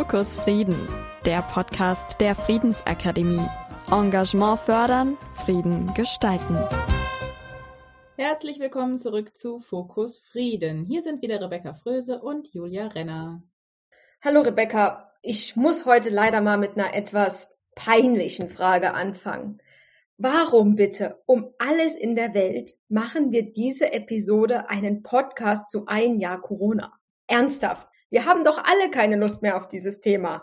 Fokus Frieden, der Podcast der Friedensakademie. Engagement fördern, Frieden gestalten. Herzlich willkommen zurück zu Fokus Frieden. Hier sind wieder Rebecca Fröse und Julia Renner. Hallo Rebecca, ich muss heute leider mal mit einer etwas peinlichen Frage anfangen. Warum bitte um alles in der Welt machen wir diese Episode einen Podcast zu 1 Jahr Corona? Ernsthaft, wir haben doch alle keine Lust mehr auf dieses Thema.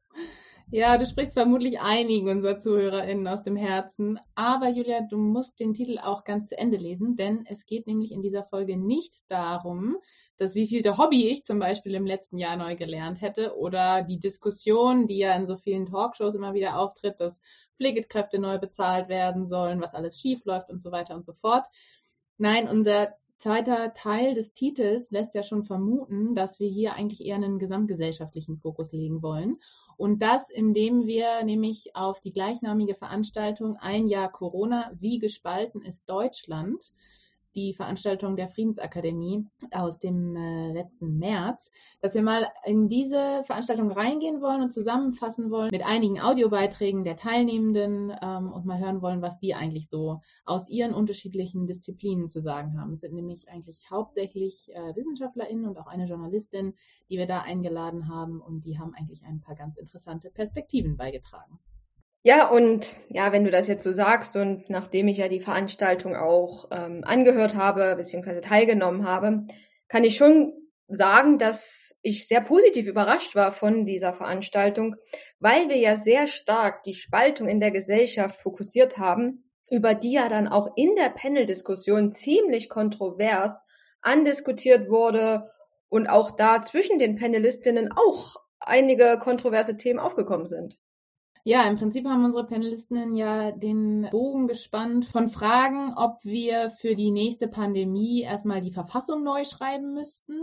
Ja, du sprichst vermutlich einigen unserer ZuhörerInnen aus dem Herzen. Aber Julia, du musst den Titel auch ganz zu Ende lesen, denn es geht nämlich in dieser Folge nicht darum, dass wievielte Hobby ich zum Beispiel im letzten Jahr neu gelernt hätte oder die Diskussion, die ja in so vielen Talkshows immer wieder auftritt, dass Pflegekräfte neu bezahlt werden sollen, was alles schief läuft und so weiter und so fort. Nein, unser zweiter Teil des Titels lässt ja schon vermuten, dass wir hier eigentlich eher einen gesamtgesellschaftlichen Fokus legen wollen. Und das, indem wir nämlich auf die gleichnamige Veranstaltung 1 Jahr Corona, wie gespalten ist Deutschland, die Veranstaltung der Friedensakademie aus dem letzten März, dass wir mal in diese Veranstaltung reingehen wollen und zusammenfassen wollen mit einigen Audiobeiträgen der Teilnehmenden und mal hören wollen, was die eigentlich so aus ihren unterschiedlichen Disziplinen zu sagen haben. Es sind nämlich eigentlich hauptsächlich WissenschaftlerInnen und auch eine Journalistin, die wir da eingeladen haben, und die haben eigentlich ein paar ganz interessante Perspektiven beigetragen. Ja, und ja, wenn du das jetzt so sagst und nachdem ich ja die Veranstaltung auch angehört habe bzw. teilgenommen habe, kann ich schon sagen, dass ich sehr positiv überrascht war von dieser Veranstaltung, weil wir ja sehr stark die Spaltung in der Gesellschaft fokussiert haben, über die ja dann auch in der Panel-Diskussion ziemlich kontrovers andiskutiert wurde und auch da zwischen den Panelistinnen auch einige kontroverse Themen aufgekommen sind. Ja, im Prinzip haben unsere Panelistinnen ja den Bogen gespannt von Fragen, ob wir für die nächste Pandemie erstmal die Verfassung neu schreiben müssten,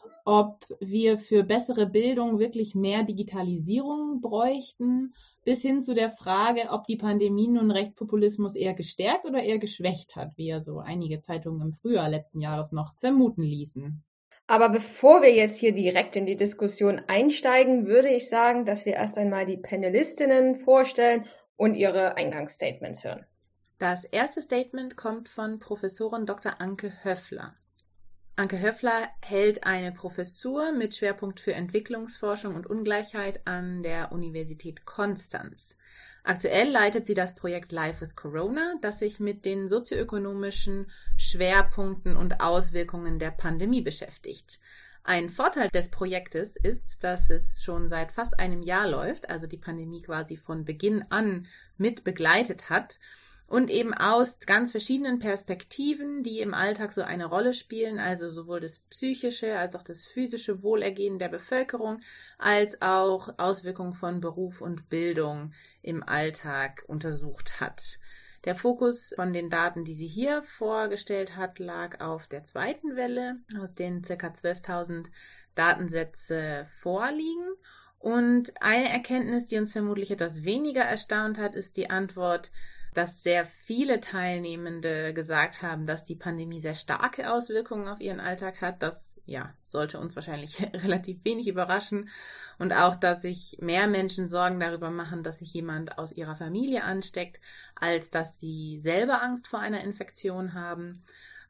ob wir für bessere Bildung wirklich mehr Digitalisierung bräuchten, bis hin zu der Frage, ob die Pandemie nun Rechtspopulismus eher gestärkt oder eher geschwächt hat, wie ja so einige Zeitungen im Frühjahr letzten Jahres noch vermuten ließen. Aber bevor wir jetzt hier direkt in die Diskussion einsteigen, würde ich sagen, dass wir erst einmal die Panelistinnen vorstellen und ihre Eingangsstatements hören. Das erste Statement kommt von Professorin Dr. Anke Höffler. Anke Höffler hält eine Professur mit Schwerpunkt für Entwicklungsforschung und Ungleichheit an der Universität Konstanz. Aktuell leitet sie das Projekt Life with Corona, das sich mit den sozioökonomischen Schwerpunkten und Auswirkungen der Pandemie beschäftigt. Ein Vorteil des Projektes ist, dass es schon seit fast einem Jahr läuft, also die Pandemie quasi von Beginn an mit begleitet hat und eben aus ganz verschiedenen Perspektiven, die im Alltag so eine Rolle spielen, also sowohl das psychische als auch das physische Wohlergehen der Bevölkerung, als auch Auswirkungen von Beruf und Bildung im Alltag untersucht hat. Der Fokus von den Daten, die sie hier vorgestellt hat, lag auf der zweiten Welle, aus denen ca. 12.000 Datensätze vorliegen. Und eine Erkenntnis, die uns vermutlich etwas weniger erstaunt hat, ist die Antwort, dass sehr viele Teilnehmende gesagt haben, dass die Pandemie sehr starke Auswirkungen auf ihren Alltag hat. Das sollte uns wahrscheinlich relativ wenig überraschen. Und auch, dass sich mehr Menschen Sorgen darüber machen, dass sich jemand aus ihrer Familie ansteckt, als dass sie selber Angst vor einer Infektion haben.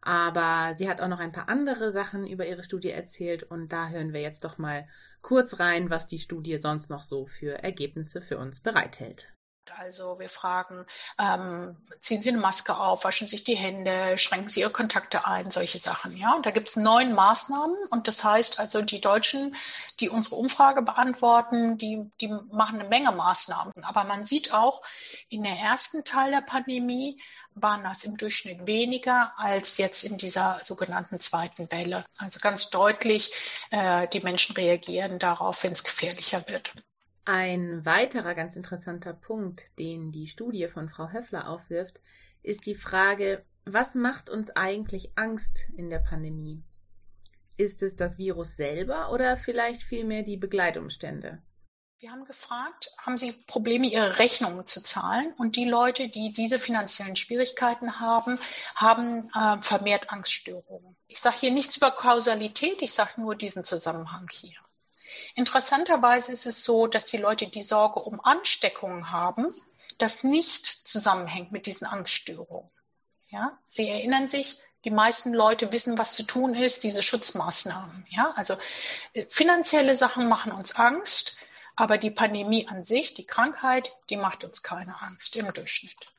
Aber sie hat auch noch ein paar andere Sachen über ihre Studie erzählt, und da hören wir jetzt doch mal kurz rein, was die Studie sonst noch so für Ergebnisse für uns bereithält. Also wir fragen, ziehen Sie eine Maske auf, waschen sich die Hände, schränken Sie Ihre Kontakte ein, solche Sachen. Ja? Und da gibt es 9 Maßnahmen, und das heißt also, die Deutschen, die unsere Umfrage beantworten, die machen eine Menge Maßnahmen. Aber man sieht auch, in der ersten Teil der Pandemie waren das im Durchschnitt weniger als jetzt in dieser sogenannten zweiten Welle. Also ganz deutlich, die Menschen reagieren darauf, wenn es gefährlicher wird. Ein weiterer ganz interessanter Punkt, den die Studie von Frau Höffler aufwirft, ist die Frage, was macht uns eigentlich Angst in der Pandemie? Ist es das Virus selber oder vielleicht vielmehr die Begleitumstände? Wir haben gefragt, haben Sie Probleme, Ihre Rechnungen zu zahlen? Und die Leute, die diese finanziellen Schwierigkeiten haben, haben vermehrt Angststörungen. Ich sage hier nichts über Kausalität, ich sage nur diesen Zusammenhang hier. Interessanterweise ist es so, dass die Leute, die Sorge um Ansteckungen haben, das nicht zusammenhängt mit diesen Angststörungen. Ja? Sie erinnern sich, die meisten Leute wissen, was zu tun ist, diese Schutzmaßnahmen. Ja? Also finanzielle Sachen machen uns Angst, aber die Pandemie an sich, die Krankheit, die macht uns keine Angst im Durchschnitt.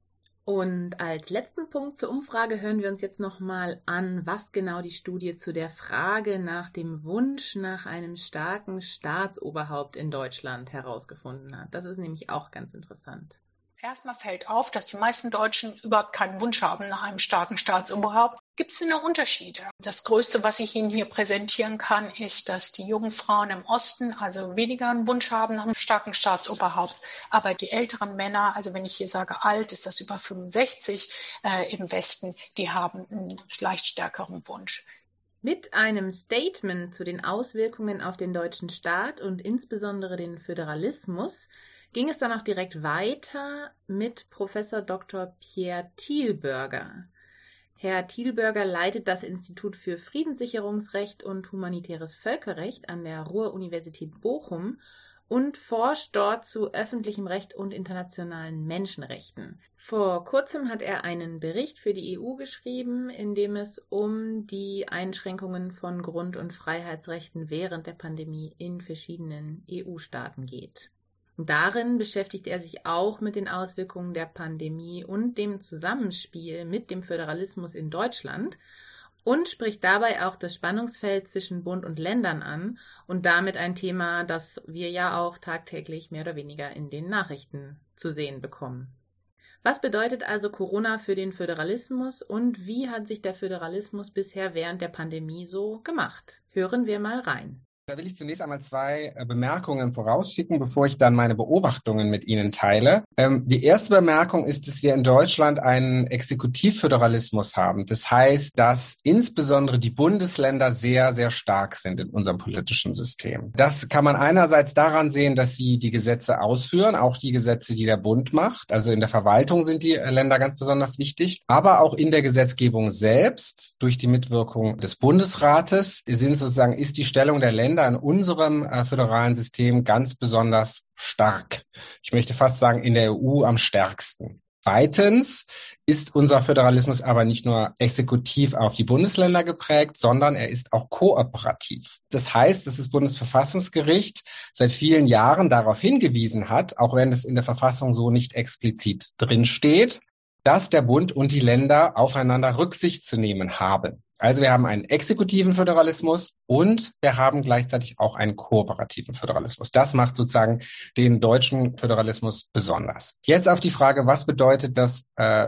Und als letzten Punkt zur Umfrage hören wir uns jetzt nochmal an, was genau die Studie zu der Frage nach dem Wunsch nach einem starken Staatsoberhaupt in Deutschland herausgefunden hat. Das ist nämlich auch ganz interessant. Erstmal fällt auf, dass die meisten Deutschen überhaupt keinen Wunsch haben nach einem starken Staatsoberhaupt. Gibt es denn Unterschiede? Das Größte, was ich Ihnen hier präsentieren kann, ist, dass die jungen Frauen im Osten also weniger einen Wunsch haben nach einem starken Staatsoberhaupt. Aber die älteren Männer, also wenn ich hier sage alt, ist das über 65 im Westen, die haben einen leicht stärkeren Wunsch. Mit einem Statement zu den Auswirkungen auf den deutschen Staat und insbesondere den Föderalismus ging es dann auch direkt weiter mit Professor Dr. Pierre Thielberger. Herr Thielberger leitet das Institut für Friedenssicherungsrecht und humanitäres Völkerrecht an der Ruhr-Universität Bochum und forscht dort zu öffentlichem Recht und internationalen Menschenrechten. Vor kurzem hat er einen Bericht für die EU geschrieben, in dem es um die Einschränkungen von Grund- und Freiheitsrechten während der Pandemie in verschiedenen EU-Staaten geht. Darin beschäftigt er sich auch mit den Auswirkungen der Pandemie und dem Zusammenspiel mit dem Föderalismus in Deutschland und spricht dabei auch das Spannungsfeld zwischen Bund und Ländern an und damit ein Thema, das wir ja auch tagtäglich mehr oder weniger in den Nachrichten zu sehen bekommen. Was bedeutet also Corona für den Föderalismus und wie hat sich der Föderalismus bisher während der Pandemie so gemacht? Hören wir mal rein. Da will ich zunächst einmal 2 Bemerkungen vorausschicken, bevor ich dann meine Beobachtungen mit Ihnen teile. Die erste Bemerkung ist, dass wir in Deutschland einen Exekutivföderalismus haben. Das heißt, dass insbesondere die Bundesländer sehr, sehr stark sind in unserem politischen System. Das kann man einerseits daran sehen, dass sie die Gesetze ausführen, auch die Gesetze, die der Bund macht. Also in der Verwaltung sind die Länder ganz besonders wichtig. Aber auch in der Gesetzgebung selbst, durch die Mitwirkung des Bundesrates, ist die Stellung der Länder in unserem föderalen System ganz besonders stark. Ich möchte fast sagen, in der EU am stärksten. Zweitens ist unser Föderalismus aber nicht nur exekutiv auf die Bundesländer geprägt, sondern er ist auch kooperativ. Das heißt, dass das Bundesverfassungsgericht seit vielen Jahren darauf hingewiesen hat, auch wenn es in der Verfassung so nicht explizit drinsteht, dass der Bund und die Länder aufeinander Rücksicht zu nehmen haben. Also wir haben einen exekutiven Föderalismus und wir haben gleichzeitig auch einen kooperativen Föderalismus. Das macht sozusagen den deutschen Föderalismus besonders. Jetzt auf die Frage, was bedeutet das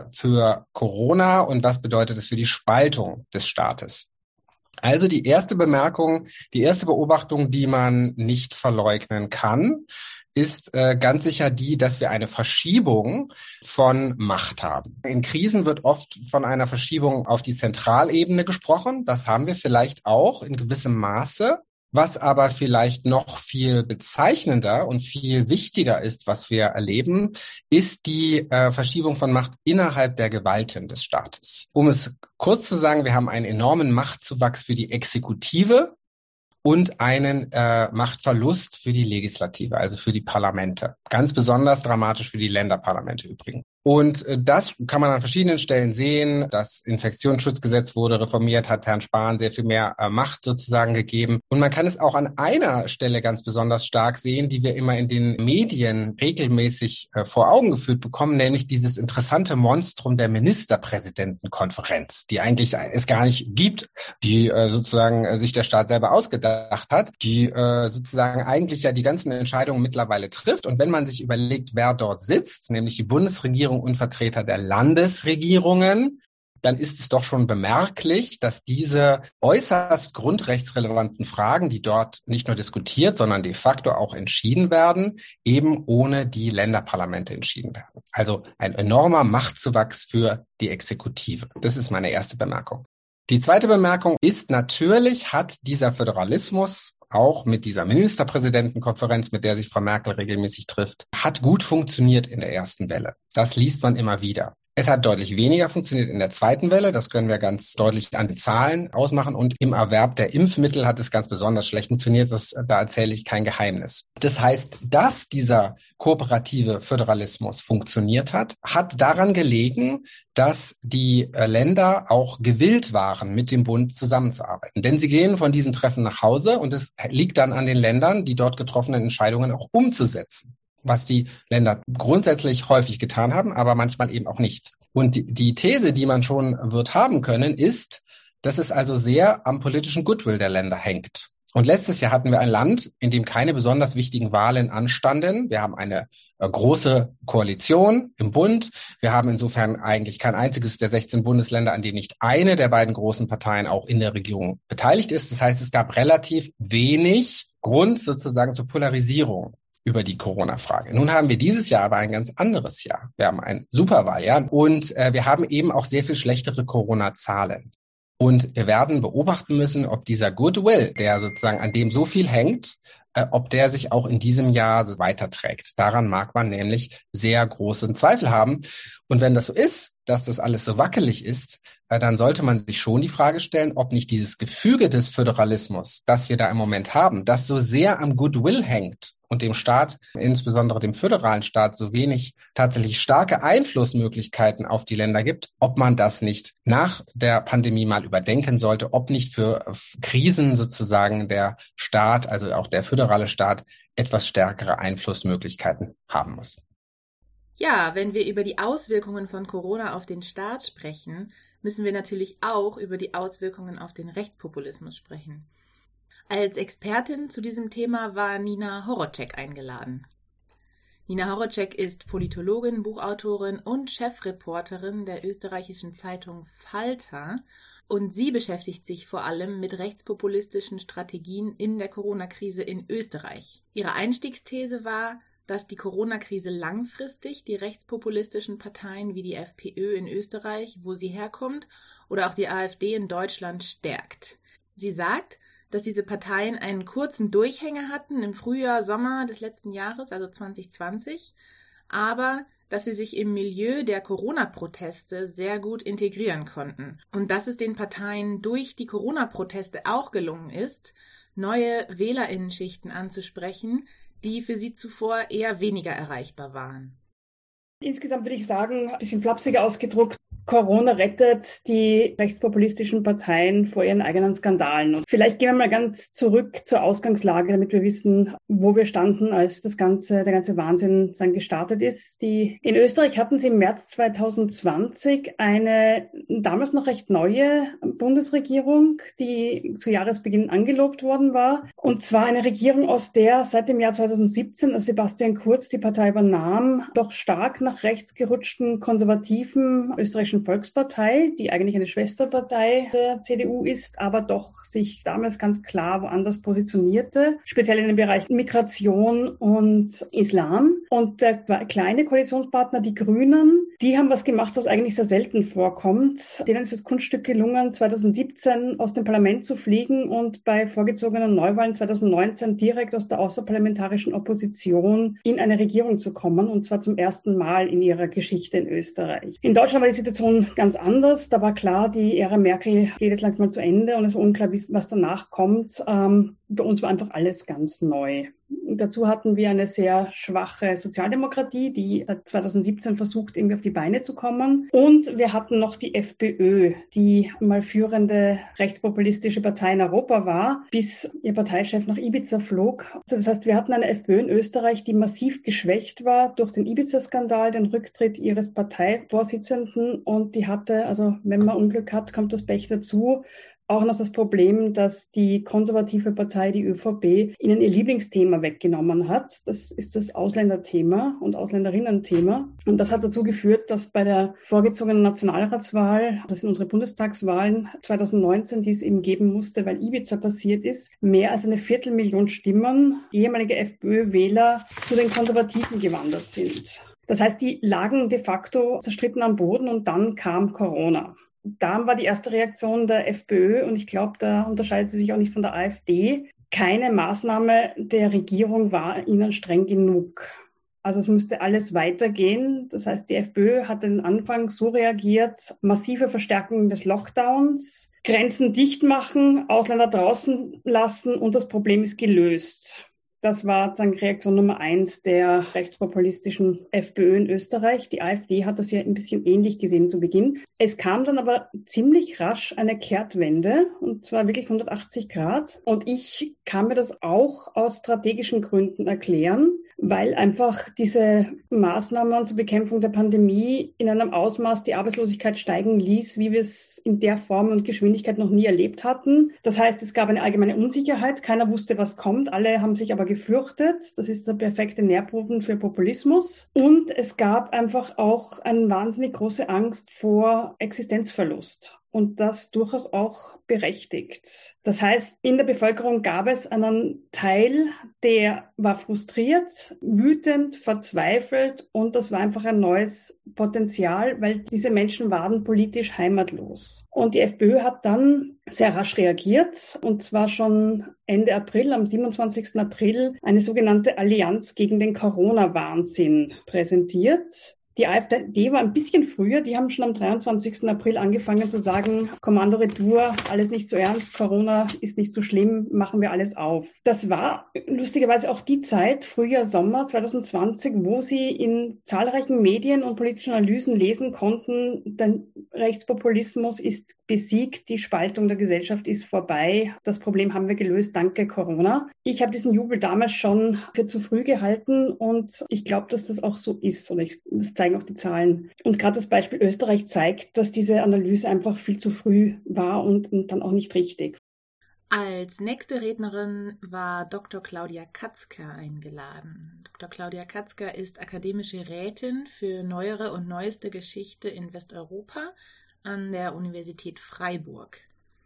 für Corona und was bedeutet es für die Spaltung des Staates? Also die erste Bemerkung, die erste Beobachtung, die man nicht verleugnen kann, ist ganz sicher die, dass wir eine Verschiebung von Macht haben. In Krisen wird oft von einer Verschiebung auf die Zentralebene gesprochen. Das haben wir vielleicht auch in gewissem Maße. Was aber vielleicht noch viel bezeichnender und viel wichtiger ist, was wir erleben, ist die Verschiebung von Macht innerhalb der Gewalten des Staates. Um es kurz zu sagen, wir haben einen enormen Machtzuwachs für die Exekutive und einen Machtverlust für die Legislative, also für die Parlamente. Ganz besonders dramatisch für die Länderparlamente übrigens. Und das kann man an verschiedenen Stellen sehen. Das Infektionsschutzgesetz wurde reformiert, hat Herrn Spahn sehr viel mehr Macht sozusagen gegeben. Und man kann es auch an einer Stelle ganz besonders stark sehen, die wir immer in den Medien regelmäßig vor Augen geführt bekommen, nämlich dieses interessante Monstrum der Ministerpräsidentenkonferenz, die eigentlich es gar nicht gibt, die sozusagen sich der Staat selber ausgedacht hat, die sozusagen eigentlich ja die ganzen Entscheidungen mittlerweile trifft. Und wenn man sich überlegt, wer dort sitzt, nämlich die Bundesregierung und Vertreter der Landesregierungen, dann ist es doch schon bemerklich, dass diese äußerst grundrechtsrelevanten Fragen, die dort nicht nur diskutiert, sondern de facto auch entschieden werden, eben ohne die Länderparlamente entschieden werden. Also ein enormer Machtzuwachs für die Exekutive. Das ist meine erste Bemerkung. Die zweite Bemerkung ist, natürlich hat dieser Föderalismus auch mit dieser Ministerpräsidentenkonferenz, mit der sich Frau Merkel regelmäßig trifft, hat gut funktioniert in der ersten Welle. Das liest man immer wieder. Es hat deutlich weniger funktioniert in der zweiten Welle. Das können wir ganz deutlich an den Zahlen ausmachen. Und im Erwerb der Impfmittel hat es ganz besonders schlecht funktioniert. Da erzähle ich kein Geheimnis. Das heißt, dass dieser kooperative Föderalismus funktioniert hat daran gelegen, dass die Länder auch gewillt waren, mit dem Bund zusammenzuarbeiten. Denn sie gehen von diesen Treffen nach Hause und es liegt dann an den Ländern, die dort getroffenen Entscheidungen auch umzusetzen, was die Länder grundsätzlich häufig getan haben, aber manchmal eben auch nicht. Und die These, die man schon wird haben können, ist, dass es also sehr am politischen Goodwill der Länder hängt. Und letztes Jahr hatten wir ein Land, in dem keine besonders wichtigen Wahlen anstanden. Wir haben eine große Koalition im Bund. Wir haben insofern eigentlich kein einziges der 16 Bundesländer, an denen nicht eine der beiden großen Parteien auch in der Regierung beteiligt ist. Das heißt, es gab relativ wenig Grund sozusagen zur Polarisierung über die Corona-Frage. Nun haben wir dieses Jahr aber ein ganz anderes Jahr. Wir haben ein Superwahljahr und wir haben eben auch sehr viel schlechtere Corona-Zahlen. Und wir werden beobachten müssen, ob dieser Goodwill, der sozusagen an dem so viel hängt, ob der sich auch in diesem Jahr weiterträgt. Daran mag man nämlich sehr großen Zweifel haben. Und wenn das so ist, dass das alles so wackelig ist, dann sollte man sich schon die Frage stellen, ob nicht dieses Gefüge des Föderalismus, das wir da im Moment haben, das so sehr am Goodwill hängt und dem Staat, insbesondere dem föderalen Staat, so wenig tatsächlich starke Einflussmöglichkeiten auf die Länder gibt, ob man das nicht nach der Pandemie mal überdenken sollte, ob nicht für Krisen sozusagen der Staat, also auch der föderale Staat, etwas stärkere Einflussmöglichkeiten haben muss. Ja, wenn wir über die Auswirkungen von Corona auf den Staat sprechen, müssen wir natürlich auch über die Auswirkungen auf den Rechtspopulismus sprechen. Als Expertin zu diesem Thema war Nina Horacek eingeladen. Nina Horacek ist Politologin, Buchautorin und Chefreporterin der österreichischen Zeitung Falter und sie beschäftigt sich vor allem mit rechtspopulistischen Strategien in der Corona-Krise in Österreich. Ihre Einstiegsthese war, dass die Corona-Krise langfristig die rechtspopulistischen Parteien wie die FPÖ in Österreich, wo sie herkommt, oder auch die AfD in Deutschland stärkt. Sie sagt, dass diese Parteien einen kurzen Durchhänger hatten im Frühjahr, Sommer des letzten Jahres, also 2020, aber dass sie sich im Milieu der Corona-Proteste sehr gut integrieren konnten und dass es den Parteien durch die Corona-Proteste auch gelungen ist, neue WählerInnenschichten anzusprechen, die für sie zuvor eher weniger erreichbar waren. Insgesamt würde ich sagen, ein bisschen flapsiger ausgedruckt, Corona rettet die rechtspopulistischen Parteien vor ihren eigenen Skandalen. Und vielleicht gehen wir mal ganz zurück zur Ausgangslage, damit wir wissen, wo wir standen, als der ganze Wahnsinn dann gestartet ist. In Österreich hatten sie im März 2020 eine damals noch recht neue Bundesregierung, die zu Jahresbeginn angelobt worden war. Und zwar eine Regierung, aus der seit dem Jahr 2017, als Sebastian Kurz die Partei übernahm, doch stark nach rechts gerutschten konservativen österreichischen Volkspartei, die eigentlich eine Schwesterpartei der CDU ist, aber doch sich damals ganz klar woanders positionierte, speziell in dem Bereich Migration und Islam. Und der kleine Koalitionspartner, die Grünen, die haben was gemacht, was eigentlich sehr selten vorkommt. Denen ist das Kunststück gelungen, 2017 aus dem Parlament zu fliegen und bei vorgezogenen Neuwahlen 2019 direkt aus der außerparlamentarischen Opposition in eine Regierung zu kommen, und zwar zum ersten Mal in ihrer Geschichte in Österreich. In Deutschland war die Situation ganz anders. Da war klar, die Ära Merkel geht jetzt langsam zu Ende und es war unklar, was danach kommt. Bei uns war einfach alles ganz neu. Dazu hatten wir eine sehr schwache Sozialdemokratie, die seit 2017 versucht, irgendwie auf die Beine zu kommen. Und wir hatten noch die FPÖ, die mal führende rechtspopulistische Partei in Europa war, bis ihr Parteichef nach Ibiza flog. Das heißt, wir hatten eine FPÖ in Österreich, die massiv geschwächt war durch den Ibiza-Skandal, den Rücktritt ihres Parteivorsitzenden. Und die hatte, also wenn man Unglück hat, kommt das Pech dazu, auch noch das Problem, dass die konservative Partei, die ÖVP, ihnen ihr Lieblingsthema weggenommen hat. Das ist das Ausländerthema und Ausländerinnen-Thema. Und das hat dazu geführt, dass bei der vorgezogenen Nationalratswahl, das sind unsere Bundestagswahlen 2019, die es eben geben musste, weil Ibiza passiert ist, mehr als 250.000 Stimmen ehemalige FPÖ-Wähler zu den Konservativen gewandert sind. Das heißt, die lagen de facto zerstritten am Boden und dann kam Corona. Da war die erste Reaktion der FPÖ, und ich glaube, da unterscheidet sie sich auch nicht von der AfD. Keine Maßnahme der Regierung war ihnen streng genug. Also es musste alles weitergehen. Das heißt, die FPÖ hat den Anfang so reagiert, massive Verstärkung des Lockdowns, Grenzen dicht machen, Ausländer draußen lassen und das Problem ist gelöst. Das war sozusagen Reaktion Nummer 1 der rechtspopulistischen FPÖ in Österreich. Die AfD hat das ja ein bisschen ähnlich gesehen zu Beginn. Es kam dann aber ziemlich rasch eine Kehrtwende, und zwar wirklich 180 Grad. Und ich kann mir das auch aus strategischen Gründen erklären, weil einfach diese Maßnahmen zur Bekämpfung der Pandemie in einem Ausmaß die Arbeitslosigkeit steigen ließ, wie wir es in der Form und Geschwindigkeit noch nie erlebt hatten. Das heißt, es gab eine allgemeine Unsicherheit. Keiner wusste, was kommt. Alle haben sich aber gefürchtet. Das ist der perfekte Nährboden für Populismus. Und es gab einfach auch eine wahnsinnig große Angst vor Existenzverlust. Und das durchaus auch berechtigt. Das heißt, in der Bevölkerung gab es einen Teil, der war frustriert, wütend, verzweifelt, und das war einfach ein neues Potenzial, weil diese Menschen waren politisch heimatlos. Und die FPÖ hat dann sehr rasch reagiert, und zwar schon Ende April, am 27. April, eine sogenannte Allianz gegen den Corona-Wahnsinn präsentiert. Die AfD war ein bisschen früher, die haben schon am 23. April angefangen zu sagen, Kommando Retour, alles nicht so ernst, Corona ist nicht so schlimm, machen wir alles auf. Das war lustigerweise auch die Zeit, Frühjahr, Sommer 2020, wo sie in zahlreichen Medien und politischen Analysen lesen konnten, der Rechtspopulismus ist besiegt, die Spaltung der Gesellschaft ist vorbei, das Problem haben wir gelöst, danke Corona. Ich habe diesen Jubel damals schon für zu früh gehalten, und ich glaube, dass das auch so ist, oder das zeigen auch die Zahlen. Und gerade das Beispiel Österreich zeigt, dass diese Analyse einfach viel zu früh war und dann auch nicht richtig. Als nächste Rednerin war Dr. Claudia Katzker eingeladen. Dr. Claudia Katzker ist akademische Rätin für neuere und neueste Geschichte in Westeuropa an der Universität Freiburg.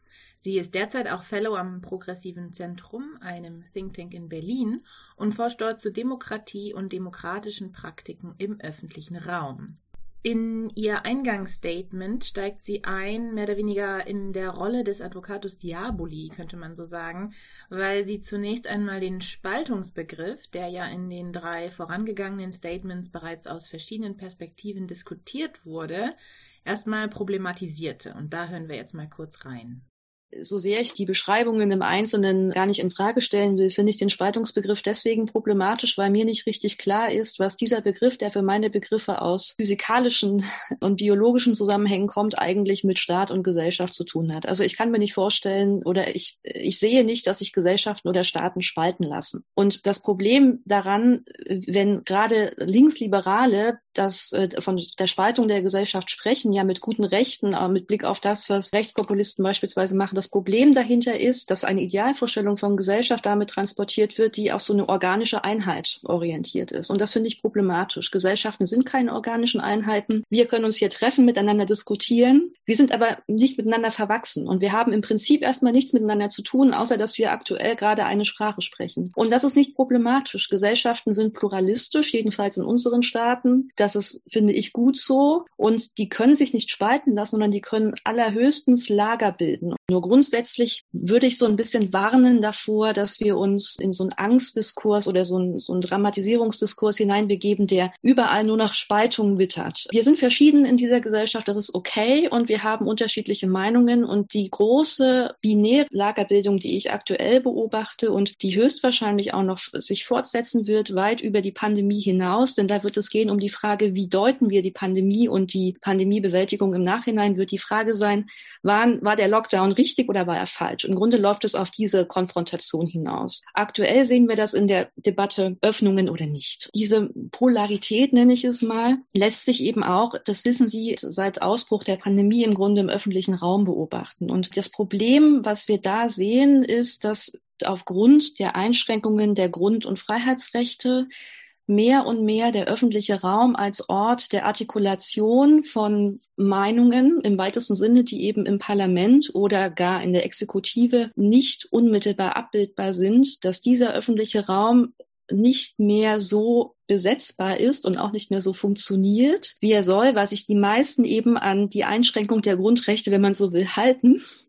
Sie ist derzeit auch Fellow am Progressiven Zentrum, einem Think Tank in Berlin, und forscht dort zu Demokratie und demokratischen Praktiken im öffentlichen Raum. In ihr Eingangsstatement steigt sie ein, mehr oder weniger in der Rolle des Advocatus Diaboli, könnte man so sagen, weil sie zunächst einmal den Spaltungsbegriff, der ja in den 3 vorangegangenen Statements bereits aus verschiedenen Perspektiven diskutiert wurde, erstmal problematisierte. Und da hören wir jetzt mal kurz rein. So sehr ich die Beschreibungen im Einzelnen gar nicht in Frage stellen will, finde ich den Spaltungsbegriff deswegen problematisch, weil mir nicht richtig klar ist, was dieser Begriff, der für meine Begriffe aus physikalischen und biologischen Zusammenhängen kommt, eigentlich mit Staat und Gesellschaft zu tun hat. Also ich kann mir nicht vorstellen, oder ich sehe nicht, dass sich Gesellschaften oder Staaten spalten lassen. Und das Problem daran, wenn gerade Linksliberale von der Spaltung der Gesellschaft sprechen, ja mit guten Rechten, mit Blick auf das, was Rechtspopulisten beispielsweise machen. Das Problem dahinter ist, dass eine Idealvorstellung von Gesellschaft damit transportiert wird, die auf so eine organische Einheit orientiert ist. Und das finde ich problematisch. Gesellschaften sind keine organischen Einheiten. Wir können uns hier treffen, miteinander diskutieren. Wir sind aber nicht miteinander verwachsen. Und wir haben im Prinzip erstmal nichts miteinander zu tun, außer dass wir aktuell gerade eine Sprache sprechen. Und das ist nicht problematisch. Gesellschaften sind pluralistisch, jedenfalls in unseren Staaten. Das ist, finde ich, gut so. Und die können sich nicht spalten lassen, sondern die können allerhöchstens Lager bilden. Nur grundsätzlich würde ich so ein bisschen warnen davor, dass wir uns in so einen Angstdiskurs oder so einen Dramatisierungsdiskurs hineinbegeben, der überall nur nach Spaltung wittert. Wir sind verschieden in dieser Gesellschaft, das ist okay, und wir haben unterschiedliche Meinungen, und die große binäre Lagerbildung, die ich aktuell beobachte und die höchstwahrscheinlich auch noch sich fortsetzen wird, weit über die Pandemie hinaus, denn da wird es gehen um die Frage, wie deuten wir die Pandemie und die Pandemiebewältigung im Nachhinein, wird die Frage sein, war der Lockdown richtig oder war er falsch? Im Grunde läuft es auf diese Konfrontation hinaus. Aktuell sehen wir das in der Debatte Öffnungen oder nicht. Diese Polarität, nenne ich es mal, lässt sich eben auch, das wissen Sie, seit Ausbruch der Pandemie im Grunde im öffentlichen Raum beobachten. Und das Problem, was wir da sehen, ist, dass aufgrund der Einschränkungen der Grund- und Freiheitsrechte mehr und mehr der öffentliche Raum als Ort der Artikulation von Meinungen im weitesten Sinne, die eben im Parlament oder gar in der Exekutive nicht unmittelbar abbildbar sind, dass dieser öffentliche Raum nicht mehr so besetzbar ist und auch nicht mehr so funktioniert, wie er soll, weil sich die meisten eben an die Einschränkung der Grundrechte, wenn man so will, halten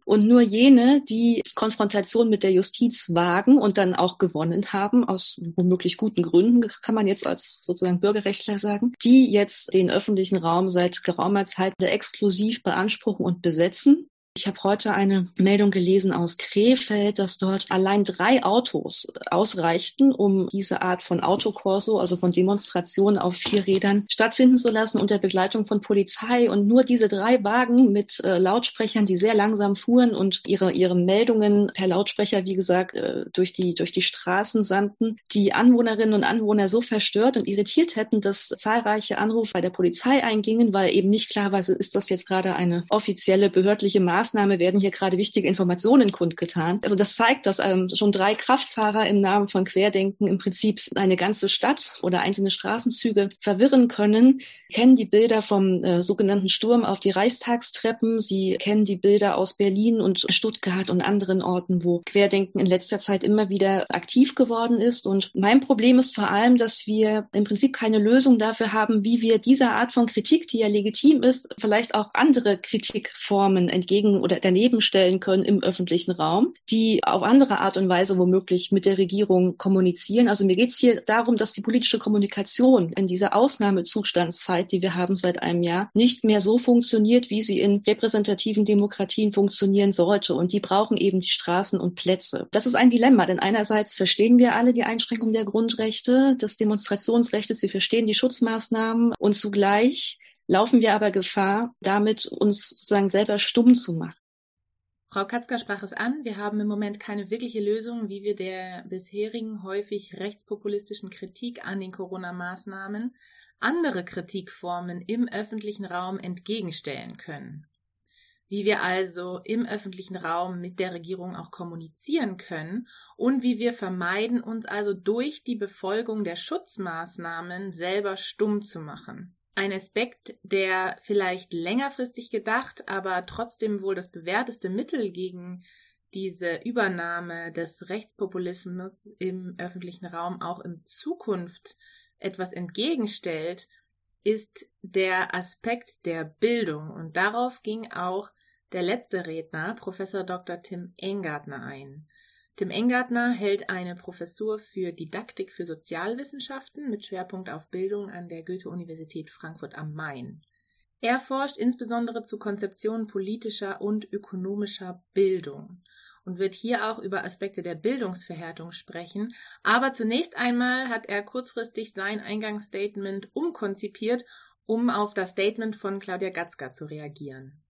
Und nur jene, die Konfrontation mit der Justiz wagen und dann auch gewonnen haben, aus womöglich guten Gründen, kann man jetzt als sozusagen Bürgerrechtler sagen, die jetzt den öffentlichen Raum seit geraumer Zeit exklusiv beanspruchen und besetzen. Ich habe heute eine Meldung gelesen aus Krefeld, dass dort allein 3 Autos ausreichten, um diese Art von Autokorso, also von Demonstrationen auf 4 Rädern, stattfinden zu lassen unter Begleitung von Polizei. Und nur diese 3 Wagen mit Lautsprechern, die sehr langsam fuhren und ihre Meldungen per Lautsprecher, wie gesagt, durch die Straßen sandten, die Anwohnerinnen und Anwohner so verstört und irritiert hätten, dass zahlreiche Anrufe bei der Polizei eingingen, weil eben nicht klar war, ist das jetzt gerade eine offizielle behördliche Maßnahme, werden hier gerade wichtige Informationen kundgetan. Also das zeigt, dass schon 3 Kraftfahrer im Namen von Querdenken im Prinzip eine ganze Stadt oder einzelne Straßenzüge verwirren können. Sie kennen die Bilder vom sogenannten Sturm auf die Reichstagstreppen. Sie kennen die Bilder aus Berlin und Stuttgart und anderen Orten, wo Querdenken in letzter Zeit immer wieder aktiv geworden ist. Und mein Problem ist vor allem, dass wir im Prinzip keine Lösung dafür haben, wie wir dieser Art von Kritik, die ja legitim ist, vielleicht auch andere Kritikformen entgegen oder daneben stellen können im öffentlichen Raum, die auf andere Art und Weise womöglich mit der Regierung kommunizieren. Also mir geht es hier darum, dass die politische Kommunikation in dieser Ausnahmezustandszeit, die wir haben seit einem Jahr, nicht mehr so funktioniert, wie sie in repräsentativen Demokratien funktionieren sollte. Und die brauchen eben die Straßen und Plätze. Das ist ein Dilemma, denn einerseits verstehen wir alle die Einschränkung der Grundrechte, des Demonstrationsrechts, wir verstehen die Schutzmaßnahmen und zugleich laufen wir aber Gefahr, damit uns sozusagen selber stumm zu machen. Frau Katzka sprach es an, wir haben im Moment keine wirkliche Lösung, wie wir der bisherigen häufig rechtspopulistischen Kritik an den Corona-Maßnahmen andere Kritikformen im öffentlichen Raum entgegenstellen können. Wie wir also im öffentlichen Raum mit der Regierung auch kommunizieren können und wie wir vermeiden, uns also durch die Befolgung der Schutzmaßnahmen selber stumm zu machen. Ein Aspekt, der vielleicht längerfristig gedacht, aber trotzdem wohl das bewährteste Mittel gegen diese Übernahme des Rechtspopulismus im öffentlichen Raum auch in Zukunft etwas entgegenstellt, ist der Aspekt der Bildung. Und darauf ging auch der letzte Redner, Professor Dr. Tim Engartner, ein. Tim Engartner hält eine Professur für Didaktik für Sozialwissenschaften mit Schwerpunkt auf Bildung an der Goethe-Universität Frankfurt am Main. Er forscht insbesondere zu Konzeptionen politischer und ökonomischer Bildung und wird hier auch über Aspekte der Bildungsverhärtung sprechen. Aber zunächst einmal hat er kurzfristig sein Eingangsstatement umkonzipiert, um auf das Statement von Claudia Gatzka zu reagieren.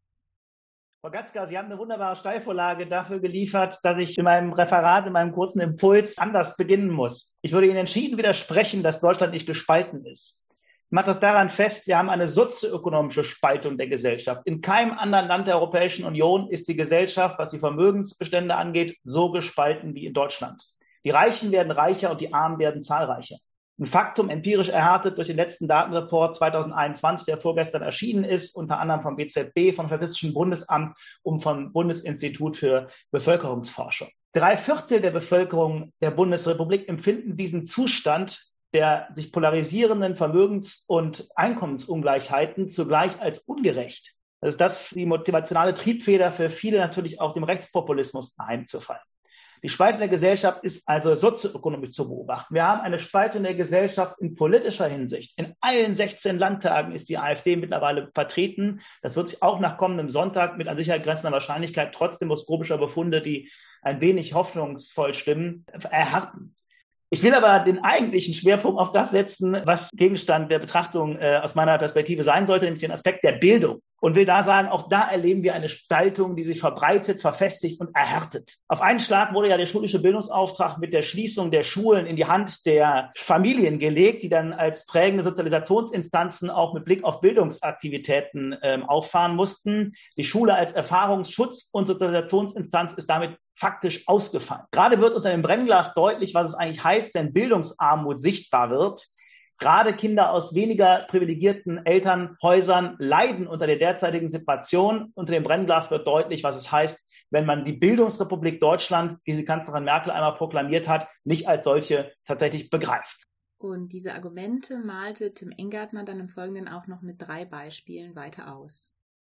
Frau Gatzka, Sie haben eine wunderbare Steilvorlage dafür geliefert, dass ich in meinem Referat, in meinem kurzen Impuls anders beginnen muss. Ich würde Ihnen entschieden widersprechen, dass Deutschland nicht gespalten ist. Ich mache das daran fest, wir haben eine sozioökonomische Spaltung der Gesellschaft. In keinem anderen Land der Europäischen Union ist die Gesellschaft, was die Vermögensbestände angeht, so gespalten wie in Deutschland. Die Reichen werden reicher und die Armen werden zahlreicher. Ein Faktum, empirisch erhärtet durch den letzten Datenreport 2021, der vorgestern erschienen ist, unter anderem vom BZB, vom Statistischen Bundesamt und vom Bundesinstitut für Bevölkerungsforschung. 3/4 der Bevölkerung der Bundesrepublik empfinden diesen Zustand der sich polarisierenden Vermögens- und Einkommensungleichheiten zugleich als ungerecht. Das ist die motivationale Triebfeder für viele natürlich auch dem Rechtspopulismus einzufallen. Die Spaltung der Gesellschaft ist also sozioökonomisch zu beobachten. Wir haben eine Spaltung der Gesellschaft in politischer Hinsicht. In allen 16 Landtagen ist die AfD mittlerweile vertreten. Das wird sich auch nach kommendem Sonntag mit an Sicherheit grenzender Wahrscheinlichkeit trotzdem moskowscher Befunde, die ein wenig hoffnungsvoll stimmen, erhärten. Ich will aber den eigentlichen Schwerpunkt auf das setzen, was Gegenstand der Betrachtung aus meiner Perspektive sein sollte, nämlich den Aspekt der Bildung. Und will da sagen, auch da erleben wir eine Spaltung, die sich verbreitet, verfestigt und erhärtet. Auf einen Schlag wurde ja der schulische Bildungsauftrag mit der Schließung der Schulen in die Hand der Familien gelegt, die dann als prägende Sozialisationsinstanzen auch mit Blick auf Bildungsaktivitäten auffahren mussten. Die Schule als Erfahrungsschutz- und Sozialisationsinstanz ist damit faktisch ausgefallen. Gerade wird unter dem Brennglas deutlich, was es eigentlich heißt, wenn Bildungsarmut sichtbar wird. Gerade Kinder aus weniger privilegierten Elternhäusern leiden unter der derzeitigen Situation. Unter dem Brennglas wird deutlich, was es heißt, wenn man die Bildungsrepublik Deutschland, wie sie Kanzlerin Merkel einmal proklamiert hat, nicht als solche tatsächlich begreift. Und diese Argumente malte Tim Engartner dann im Folgenden auch noch mit 3 Beispielen weiter aus.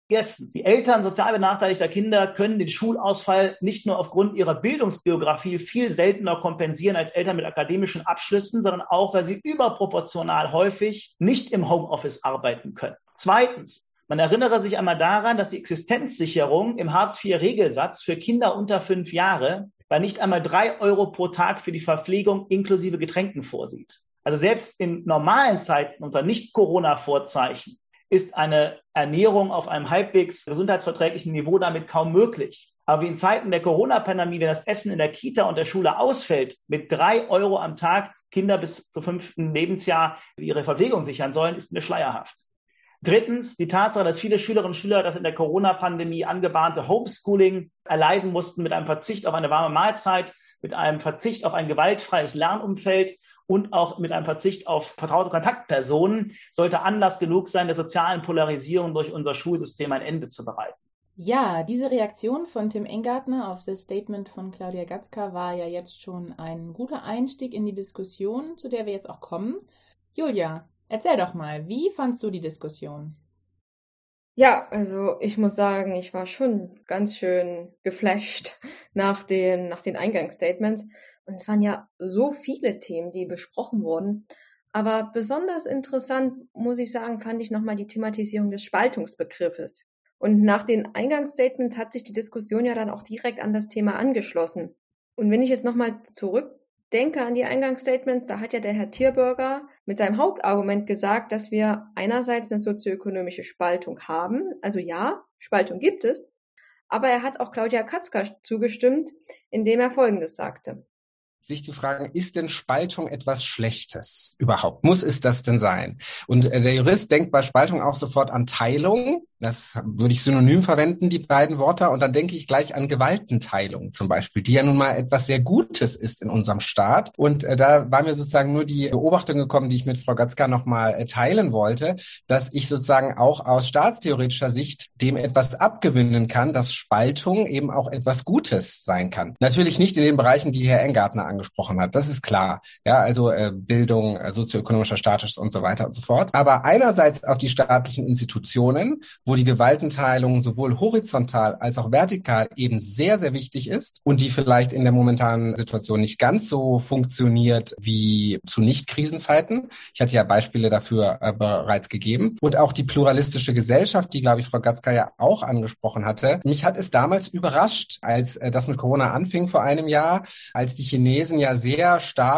Erstens, die Eltern sozial benachteiligter Kinder können den Schulausfall nicht nur aufgrund ihrer Bildungsbiografie viel seltener kompensieren als Eltern mit akademischen Abschlüssen, sondern auch, weil sie überproportional häufig nicht im Homeoffice arbeiten können. Zweitens, man erinnere sich einmal daran, dass die Existenzsicherung im Hartz-IV-Regelsatz für Kinder unter 5 Jahre bei nicht einmal 3 Euro pro Tag für die Verpflegung inklusive Getränken vorsieht. Also selbst in normalen Zeiten unter Nicht-Corona-Vorzeichen ist eine Ernährung auf einem halbwegs gesundheitsverträglichen Niveau damit kaum möglich. Aber wie in Zeiten der Corona-Pandemie, wenn das Essen in der Kita und der Schule ausfällt, mit 3 Euro am Tag Kinder bis zum 5. Lebensjahr ihre Verpflegung sichern sollen, ist mir schleierhaft. Drittens, die Tatsache, dass viele Schülerinnen und Schüler das in der Corona-Pandemie angebahnte Homeschooling erleiden mussten mit einem Verzicht auf eine warme Mahlzeit, mit einem Verzicht auf ein gewaltfreies Lernumfeld und auch mit einem Verzicht auf vertraute Kontaktpersonen, sollte Anlass genug sein, der sozialen Polarisierung durch unser Schulsystem ein Ende zu bereiten. Ja, diese Reaktion von Tim Engartner auf das Statement von Claudia Gatzka war ja jetzt schon ein guter Einstieg in die Diskussion, zu der wir jetzt auch kommen. Julia, erzähl doch mal, wie fandst du die Diskussion? Ja, also ich muss sagen, ich war schon ganz schön geflasht nach den Eingangsstatements. Und es waren ja so viele Themen, die besprochen wurden. Aber besonders interessant, muss ich sagen, fand ich nochmal die Thematisierung des Spaltungsbegriffes. Und nach den Eingangsstatements hat sich die Diskussion ja dann auch direkt an das Thema angeschlossen. Und wenn ich jetzt nochmal zurückdenke an die Eingangsstatements, da hat ja der Herr Thierbürger mit seinem Hauptargument gesagt, dass wir einerseits eine sozioökonomische Spaltung haben. Also ja, Spaltung gibt es. Aber er hat auch Claudia Gatzka zugestimmt, indem er Folgendes sagte. Sich zu fragen, ist denn Spaltung etwas Schlechtes überhaupt? Muss es das denn sein? Und der Jurist denkt bei Spaltung auch sofort an Teilung. Das würde ich synonym verwenden, die beiden Worte. Und dann denke ich gleich an Gewaltenteilung zum Beispiel, die ja nun mal etwas sehr Gutes ist in unserem Staat. Und da war mir sozusagen nur die Beobachtung gekommen, die ich mit Frau Gatzka nochmal teilen wollte, dass ich sozusagen auch aus staatstheoretischer Sicht dem etwas abgewinnen kann, dass Spaltung eben auch etwas Gutes sein kann. Natürlich nicht in den Bereichen, die Herr Engartner angesprochen hat. Das ist klar. Ja, also Bildung, sozioökonomischer Status und so weiter und so fort. Aber einerseits auf die staatlichen Institutionen, wo die Gewaltenteilung sowohl horizontal als auch vertikal eben sehr, sehr wichtig ist und die vielleicht in der momentanen Situation nicht ganz so funktioniert wie zu Nicht-Krisenzeiten. Ich hatte ja Beispiele dafür bereits gegeben. Und auch die pluralistische Gesellschaft, die, glaube ich, Frau Gatzka ja auch angesprochen hatte. Mich hat es damals überrascht, als das mit Corona anfing vor einem Jahr, als die Chinesen ja sehr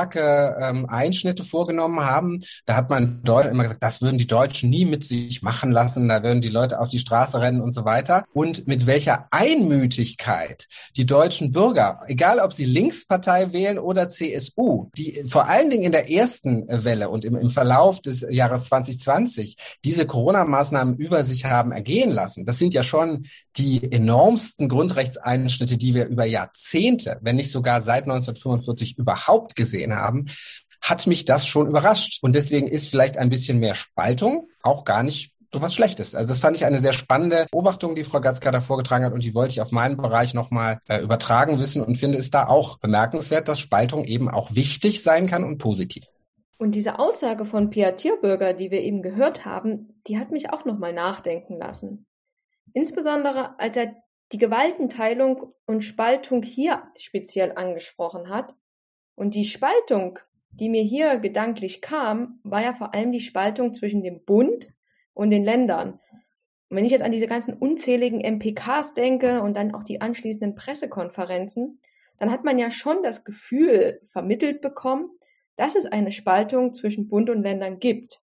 starke Einschnitte vorgenommen haben. Da hat man in Deutschland immer gesagt, das würden die Deutschen nie mit sich machen lassen, da würden die Leute auf die Straße rennen und so weiter. Und mit welcher Einmütigkeit die deutschen Bürger, egal ob sie Linkspartei wählen oder CSU, die vor allen Dingen in der ersten Welle und im Verlauf des Jahres 2020 diese Corona-Maßnahmen über sich haben ergehen lassen. Das sind ja schon die enormsten Grundrechtseinschnitte, die wir über Jahrzehnte, wenn nicht sogar seit 1945 überhaupt gesehen haben, hat mich das schon überrascht. Und deswegen ist vielleicht ein bisschen mehr Spaltung auch gar nicht so was Schlechtes. Also das fand ich eine sehr spannende Beobachtung, die Frau Gatzka da vorgetragen hat und die wollte ich auf meinen Bereich nochmal übertragen wissen und finde es da auch bemerkenswert, dass Spaltung eben auch wichtig sein kann und positiv. Und diese Aussage von Pia Thierbürger, die wir eben gehört haben, die hat mich auch nochmal nachdenken lassen. Insbesondere, als er die Gewaltenteilung und Spaltung hier speziell angesprochen hat. Und die Spaltung, die mir hier gedanklich kam, war ja vor allem die Spaltung zwischen dem Bund und den Ländern. Und wenn ich jetzt an diese ganzen unzähligen MPKs denke und dann auch die anschließenden Pressekonferenzen, dann hat man ja schon das Gefühl vermittelt bekommen, dass es eine Spaltung zwischen Bund und Ländern gibt.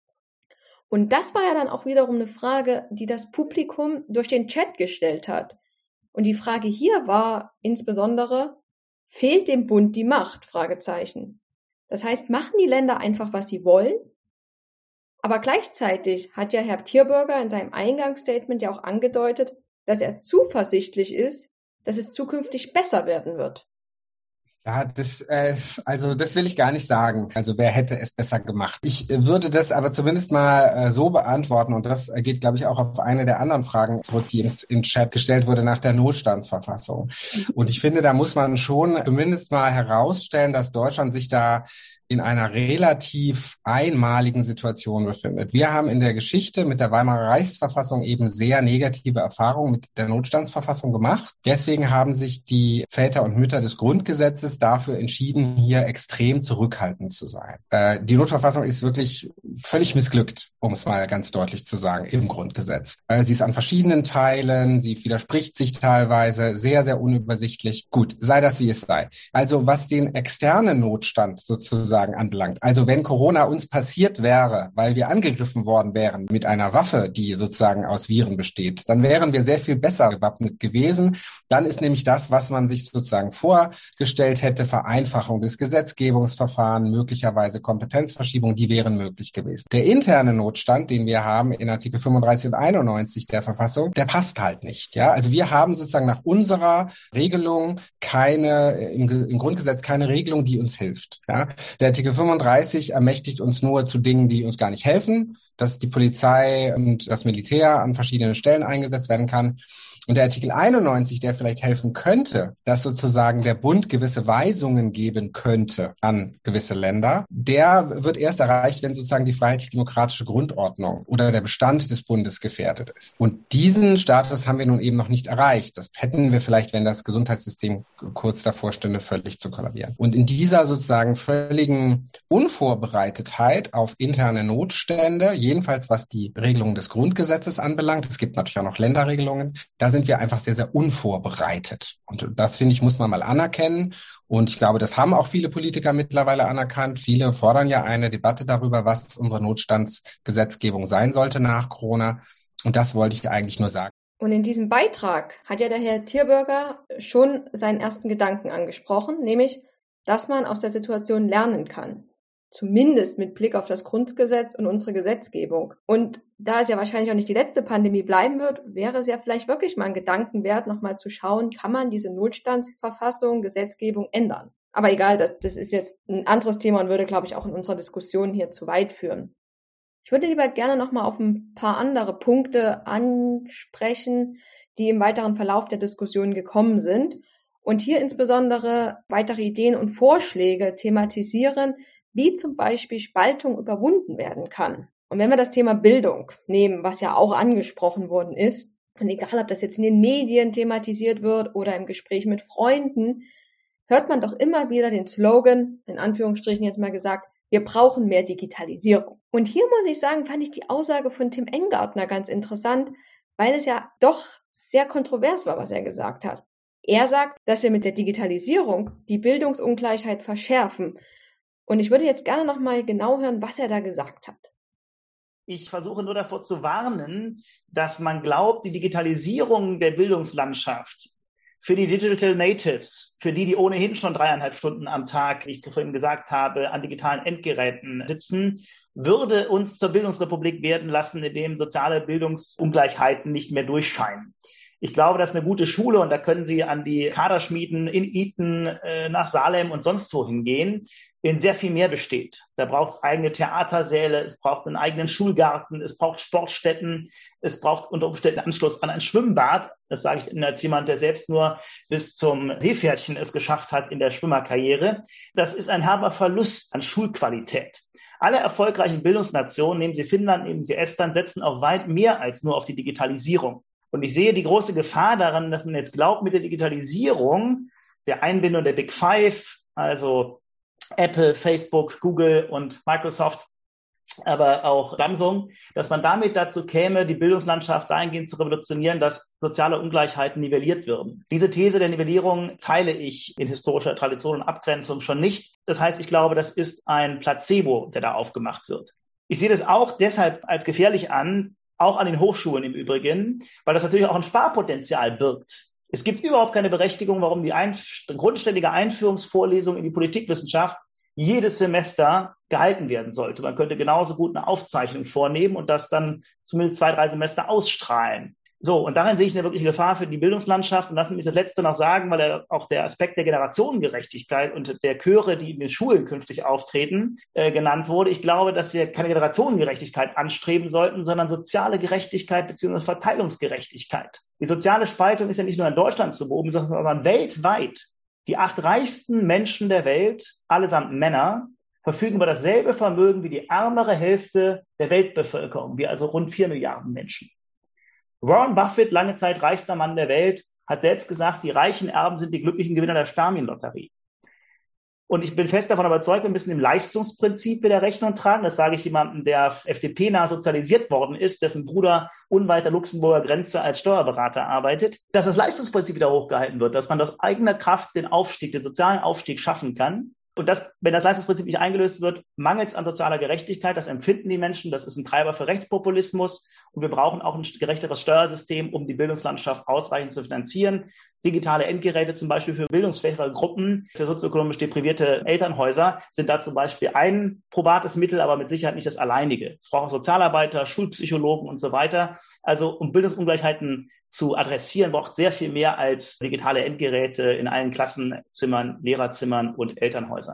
Und das war ja dann auch wiederum eine Frage, die das Publikum durch den Chat gestellt hat. Und die Frage hier war insbesondere, fehlt dem Bund die Macht? Fragezeichen. Das heißt, machen die Länder einfach, was sie wollen? Aber gleichzeitig hat ja Herr Thierbürger in seinem Eingangsstatement ja auch angedeutet, dass er zuversichtlich ist, dass es zukünftig besser werden wird. Ja, das will ich gar nicht sagen. Also wer hätte es besser gemacht? Ich würde das aber zumindest mal so beantworten, und das geht, glaube ich, auch auf eine der anderen Fragen zurück, die im Chat gestellt wurde nach der Notstandsverfassung. Und ich finde, da muss man schon zumindest mal herausstellen, dass Deutschland sich da in einer relativ einmaligen Situation befindet. Wir haben in der Geschichte mit der Weimarer Reichsverfassung eben sehr negative Erfahrungen mit der Notstandsverfassung gemacht. Deswegen haben sich die Väter und Mütter des Grundgesetzes dafür entschieden, hier extrem zurückhaltend zu sein. Die Notverfassung ist wirklich völlig missglückt, um es mal ganz deutlich zu sagen, im Grundgesetz. Sie ist an verschiedenen Teilen, sie widerspricht sich teilweise, sehr, sehr unübersichtlich. Gut, sei das wie es sei. Also was den externen Notstand sozusagen anbelangt. Also wenn Corona uns passiert wäre, weil wir angegriffen worden wären mit einer Waffe, die sozusagen aus Viren besteht, dann wären wir sehr viel besser gewappnet gewesen. Dann ist nämlich das, was man sich sozusagen vorgestellt hätte, Vereinfachung des Gesetzgebungsverfahrens, möglicherweise Kompetenzverschiebung, die wären möglich gewesen. Der interne Notstand, den wir haben in Artikel 35 und 91 der Verfassung, der passt halt nicht. Ja, also wir haben sozusagen nach unserer Regelung im Grundgesetz keine Regelung, die uns hilft. Ja, der Artikel 35 ermächtigt uns nur zu Dingen, die uns gar nicht helfen, dass die Polizei und das Militär an verschiedenen Stellen eingesetzt werden kann. Und der Artikel 91, der vielleicht helfen könnte, dass sozusagen der Bund gewisse Weisungen geben könnte an gewisse Länder, der wird erst erreicht, wenn sozusagen die freiheitlich-demokratische Grundordnung oder der Bestand des Bundes gefährdet ist. Und diesen Status haben wir nun eben noch nicht erreicht. Das hätten wir vielleicht, wenn das Gesundheitssystem kurz davor stünde, völlig zu kollabieren. Und in dieser sozusagen völligen Unvorbereitetheit auf interne Notstände, jedenfalls was die Regelung des Grundgesetzes anbelangt, es gibt natürlich auch noch Länderregelungen, da sind wir einfach sehr, sehr unvorbereitet. Und das, finde ich, muss man mal anerkennen. Und ich glaube, das haben auch viele Politiker mittlerweile anerkannt. Viele fordern ja eine Debatte darüber, was unsere Notstandsgesetzgebung sein sollte nach Corona. Und das wollte ich eigentlich nur sagen. Und in diesem Beitrag hat ja der Herr Thierbürger schon seinen ersten Gedanken angesprochen, nämlich, dass man aus der Situation lernen kann. Zumindest mit Blick auf das Grundgesetz und unsere Gesetzgebung. Und da es ja wahrscheinlich auch nicht die letzte Pandemie bleiben wird, wäre es ja vielleicht wirklich mal ein Gedanken wert, nochmal zu schauen, kann man diese Notstandsverfassung, Gesetzgebung ändern. Aber egal, das ist jetzt ein anderes Thema und würde, glaube ich, auch in unserer Diskussion hier zu weit führen. Ich würde lieber gerne nochmal auf ein paar andere Punkte ansprechen, die im weiteren Verlauf der Diskussion gekommen sind. Und hier insbesondere weitere Ideen und Vorschläge thematisieren, wie zum Beispiel Spaltung überwunden werden kann. Und wenn wir das Thema Bildung nehmen, was ja auch angesprochen worden ist, und egal, ob das jetzt in den Medien thematisiert wird oder im Gespräch mit Freunden, hört man doch immer wieder den Slogan, in Anführungsstrichen jetzt mal gesagt, wir brauchen mehr Digitalisierung. Und hier muss ich sagen, fand ich die Aussage von Tim Engartner ganz interessant, weil es ja doch sehr kontrovers war, was er gesagt hat. Er sagt, dass wir mit der Digitalisierung die Bildungsungleichheit verschärfen. Und ich würde jetzt gerne noch mal genau hören, was er da gesagt hat. Ich versuche nur davor zu warnen, dass man glaubt, die Digitalisierung der Bildungslandschaft für die Digital Natives, für die ohnehin schon 3,5 Stunden am Tag, wie ich vorhin gesagt habe, an digitalen Endgeräten sitzen, würde uns zur Bildungsrepublik werden lassen, in dem soziale Bildungsungleichheiten nicht mehr durchscheinen. Ich glaube, dass eine gute Schule, und da können Sie an die Kaderschmieden in Iten, nach Salem und sonst wo hingehen, in sehr viel mehr besteht. Da braucht es eigene Theatersäle, es braucht einen eigenen Schulgarten, es braucht Sportstätten, es braucht unter Umständen Anschluss an ein Schwimmbad. Das sage ich Ihnen als jemand, der selbst nur bis zum Seepferdchen es geschafft hat in der Schwimmerkarriere. Das ist ein herber Verlust an Schulqualität. Alle erfolgreichen Bildungsnationen, nehmen Sie Finnland, nehmen Sie Estland, setzen auf weit mehr als nur auf die Digitalisierung. Und ich sehe die große Gefahr daran, dass man jetzt glaubt, mit der Digitalisierung, der Einbindung der Big Five, also Apple, Facebook, Google und Microsoft, aber auch Samsung, dass man damit dazu käme, die Bildungslandschaft dahingehend zu revolutionieren, dass soziale Ungleichheiten nivelliert würden. Diese These der Nivellierung teile ich in historischer Tradition und Abgrenzung schon nicht. Das heißt, ich glaube, das ist ein Placebo, der da aufgemacht wird. Ich sehe das auch deshalb als gefährlich an, auch an den Hochschulen im Übrigen, weil das natürlich auch ein Sparpotenzial birgt. Es gibt überhaupt keine Berechtigung, warum die grundständige Einführungsvorlesung in die Politikwissenschaft jedes Semester gehalten werden sollte. Man könnte genauso gut eine Aufzeichnung vornehmen und das dann zumindest 2-3 Semester ausstrahlen. So, und darin sehe ich eine wirkliche Gefahr für die Bildungslandschaft. Und lassen Sie mich das Letzte noch sagen, weil auch der Aspekt der Generationengerechtigkeit und der Chöre, die in den Schulen künftig auftreten, genannt wurde. Ich glaube, dass wir keine Generationengerechtigkeit anstreben sollten, sondern soziale Gerechtigkeit bzw. Verteilungsgerechtigkeit. Die soziale Spaltung ist ja nicht nur in Deutschland zu beobachten, sondern weltweit. Die 8 reichsten Menschen der Welt, allesamt Männer, verfügen über dasselbe Vermögen wie die ärmere Hälfte der Weltbevölkerung, wie also rund 4 Milliarden Menschen. Warren Buffett, lange Zeit reichster Mann der Welt, hat selbst gesagt, die reichen Erben sind die glücklichen Gewinner der Spermienlotterie. Und ich bin fest davon überzeugt, wir müssen dem Leistungsprinzip wieder Rechnung tragen. Das sage ich jemandem, der FDP-nah sozialisiert worden ist, dessen Bruder unweit der Luxemburger Grenze als Steuerberater arbeitet, dass das Leistungsprinzip wieder hochgehalten wird, dass man aus eigener Kraft den Aufstieg, den sozialen Aufstieg schaffen kann. Und wenn das Leistungsprinzip nicht eingelöst wird, mangelt es an sozialer Gerechtigkeit. Das empfinden die Menschen. Das ist ein Treiber für Rechtspopulismus. Und wir brauchen auch ein gerechteres Steuersystem, um die Bildungslandschaft ausreichend zu finanzieren. Digitale Endgeräte zum Beispiel für bildungsschwächere Gruppen, für sozioökonomisch deprivierte Elternhäuser sind da zum Beispiel ein probates Mittel, aber mit Sicherheit nicht das alleinige. Es braucht Sozialarbeiter, Schulpsychologen und so weiter. Also um Bildungsungleichheiten zu adressieren, braucht sehr viel mehr als digitale Endgeräte in allen Klassenzimmern, Lehrerzimmern und Elternhäusern.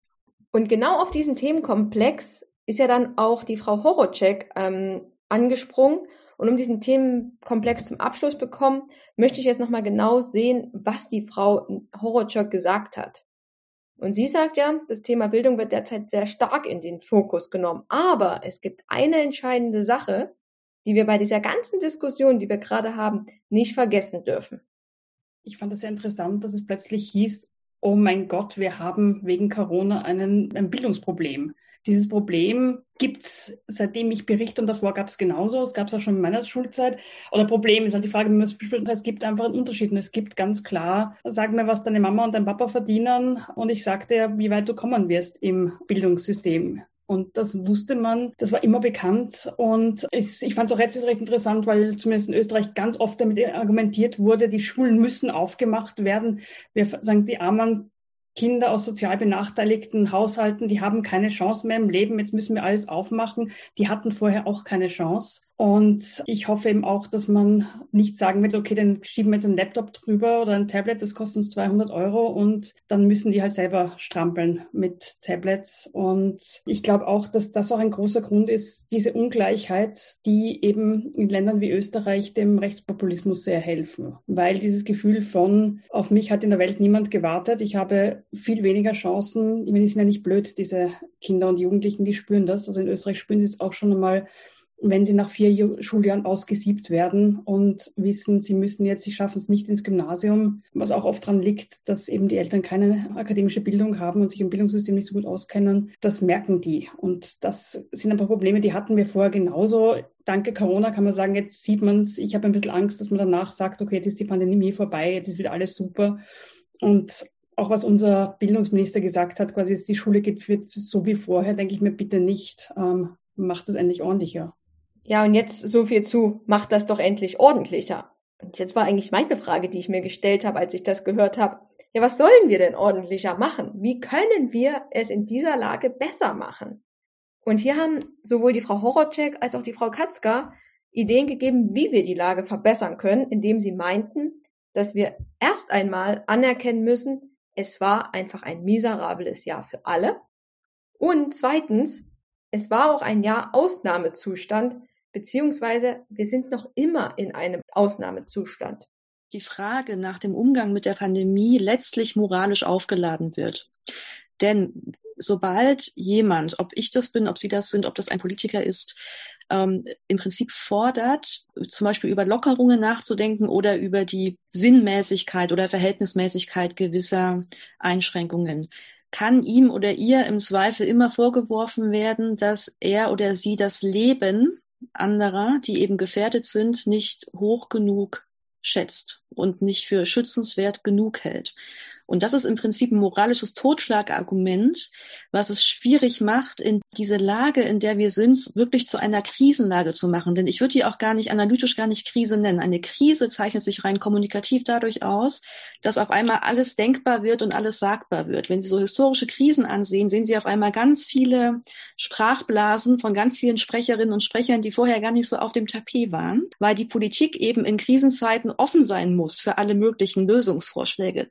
Und genau auf diesen Themenkomplex ist ja dann auch die Frau Horacek angesprungen. Und um diesen Themenkomplex zum Abschluss bekommen, möchte ich jetzt nochmal genau sehen, was die Frau Horacek gesagt hat. Und sie sagt ja, das Thema Bildung wird derzeit sehr stark in den Fokus genommen. Aber es gibt eine entscheidende Sache, die wir bei dieser ganzen Diskussion, die wir gerade haben, nicht vergessen dürfen. Ich fand das sehr interessant, dass es plötzlich hieß, oh mein Gott, wir haben wegen Corona ein Bildungsproblem. Dieses Problem gibt's, seitdem ich berichte, und davor gab es genauso. Es gab es auch schon in meiner Schulzeit. Oder Problem ist halt die Frage, wie man es bespricht. Es gibt einfach einen Unterschied. Und es gibt ganz klar, sag mir, was deine Mama und dein Papa verdienen. Und ich sag dir, wie weit du kommen wirst im Bildungssystem. Und das wusste man, das war immer bekannt. Und ich fand es auch recht interessant, weil zumindest in Österreich ganz oft damit argumentiert wurde, die Schulen müssen aufgemacht werden. Wir sagen, die armen Kinder aus sozial benachteiligten Haushalten, die haben keine Chance mehr im Leben. Jetzt müssen wir alles aufmachen. Die hatten vorher auch keine Chance. Und ich hoffe eben auch, dass man nicht sagen wird, okay, dann schieben wir jetzt einen Laptop drüber oder ein Tablet, das kostet uns 200 € und dann müssen die halt selber strampeln mit Tablets. Und ich glaube auch, dass das auch ein großer Grund ist, diese Ungleichheit, die eben in Ländern wie Österreich dem Rechtspopulismus sehr helfen. Weil dieses Gefühl von, auf mich hat in der Welt niemand gewartet, ich habe viel weniger Chancen. Ich meine, die sind ja nicht blöd, diese Kinder und Jugendlichen, die spüren das. Also in Österreich spüren sie es auch schon einmal, wenn sie nach 4 Schuljahren ausgesiebt werden und wissen, sie schaffen es nicht ins Gymnasium, was auch oft daran liegt, dass eben die Eltern keine akademische Bildung haben und sich im Bildungssystem nicht so gut auskennen, das merken die. Und das sind einfach Probleme, die hatten wir vorher genauso. Danke Corona kann man sagen, jetzt sieht man es. Ich habe ein bisschen Angst, dass man danach sagt, okay, jetzt ist die Pandemie vorbei, jetzt ist wieder alles super. Und auch was unser Bildungsminister gesagt hat, quasi jetzt die Schule geht so wie vorher, denke ich mir bitte nicht, macht es endlich ordentlicher. Ja, und jetzt so viel zu, macht das doch endlich ordentlicher. Und jetzt war eigentlich meine Frage, die ich mir gestellt habe, als ich das gehört habe. Ja, was sollen wir denn ordentlicher machen? Wie können wir es in dieser Lage besser machen? Und hier haben sowohl die Frau Horacek als auch die Frau Katzka Ideen gegeben, wie wir die Lage verbessern können, indem sie meinten, dass wir erst einmal anerkennen müssen, es war einfach ein miserables Jahr für alle. Und zweitens, es war auch ein Jahr Ausnahmezustand, beziehungsweise wir sind noch immer in einem Ausnahmezustand. Die Frage nach dem Umgang mit der Pandemie letztlich moralisch aufgeladen wird. Denn sobald jemand, ob ich das bin, ob Sie das sind, ob das ein Politiker ist, im Prinzip fordert, zum Beispiel über Lockerungen nachzudenken oder über die Sinnmäßigkeit oder Verhältnismäßigkeit gewisser Einschränkungen, kann ihm oder ihr im Zweifel immer vorgeworfen werden, dass er oder sie das Leben anderer, die eben gefährdet sind, nicht hoch genug schätzt und nicht für schützenswert genug hält. Und das ist im Prinzip ein moralisches Totschlagargument, was es schwierig macht, in diese Lage, in der wir sind, wirklich zu einer Krisenlage zu machen. Denn ich würde die auch analytisch gar nicht Krise nennen. Eine Krise zeichnet sich rein kommunikativ dadurch aus, dass auf einmal alles denkbar wird und alles sagbar wird. Wenn Sie so historische Krisen ansehen, sehen Sie auf einmal ganz viele Sprachblasen von ganz vielen Sprecherinnen und Sprechern, die vorher gar nicht so auf dem Tapet waren, weil die Politik eben in Krisenzeiten offen sein muss für alle möglichen Lösungsvorschläge.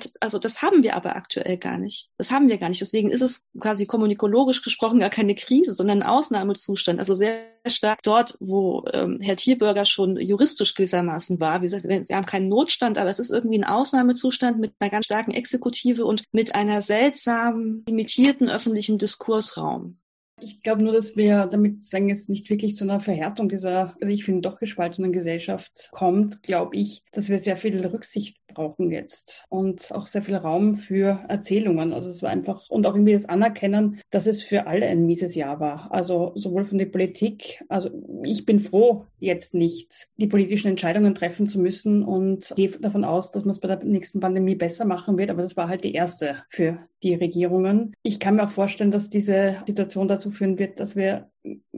Das haben wir aber aktuell gar nicht. Das haben wir gar nicht. Deswegen ist es quasi kommunikologisch gesprochen gar keine Krise, sondern ein Ausnahmezustand. Also sehr stark dort, wo Herr Thierbürger schon juristisch gewissermaßen war. Wie gesagt, wir haben keinen Notstand, aber es ist irgendwie ein Ausnahmezustand mit einer ganz starken Exekutive und mit einer seltsam limitierten öffentlichen Diskursraum. Ich glaube nur, dass wir damit sagen, es nicht wirklich zu einer Verhärtung ich finde, doch gespaltenen Gesellschaft kommt, glaube ich, dass wir sehr viel Rücksicht brauchen jetzt und auch sehr viel Raum für Erzählungen. Also es war einfach, und auch irgendwie das Anerkennen, dass es für alle ein mieses Jahr war. Also sowohl von der Politik, also ich bin froh, jetzt nicht die politischen Entscheidungen treffen zu müssen und gehe davon aus, dass man es bei der nächsten Pandemie besser machen wird, aber das war halt die erste für die Regierungen. Ich kann mir auch vorstellen, dass diese Situation dazu führen wird, dass wir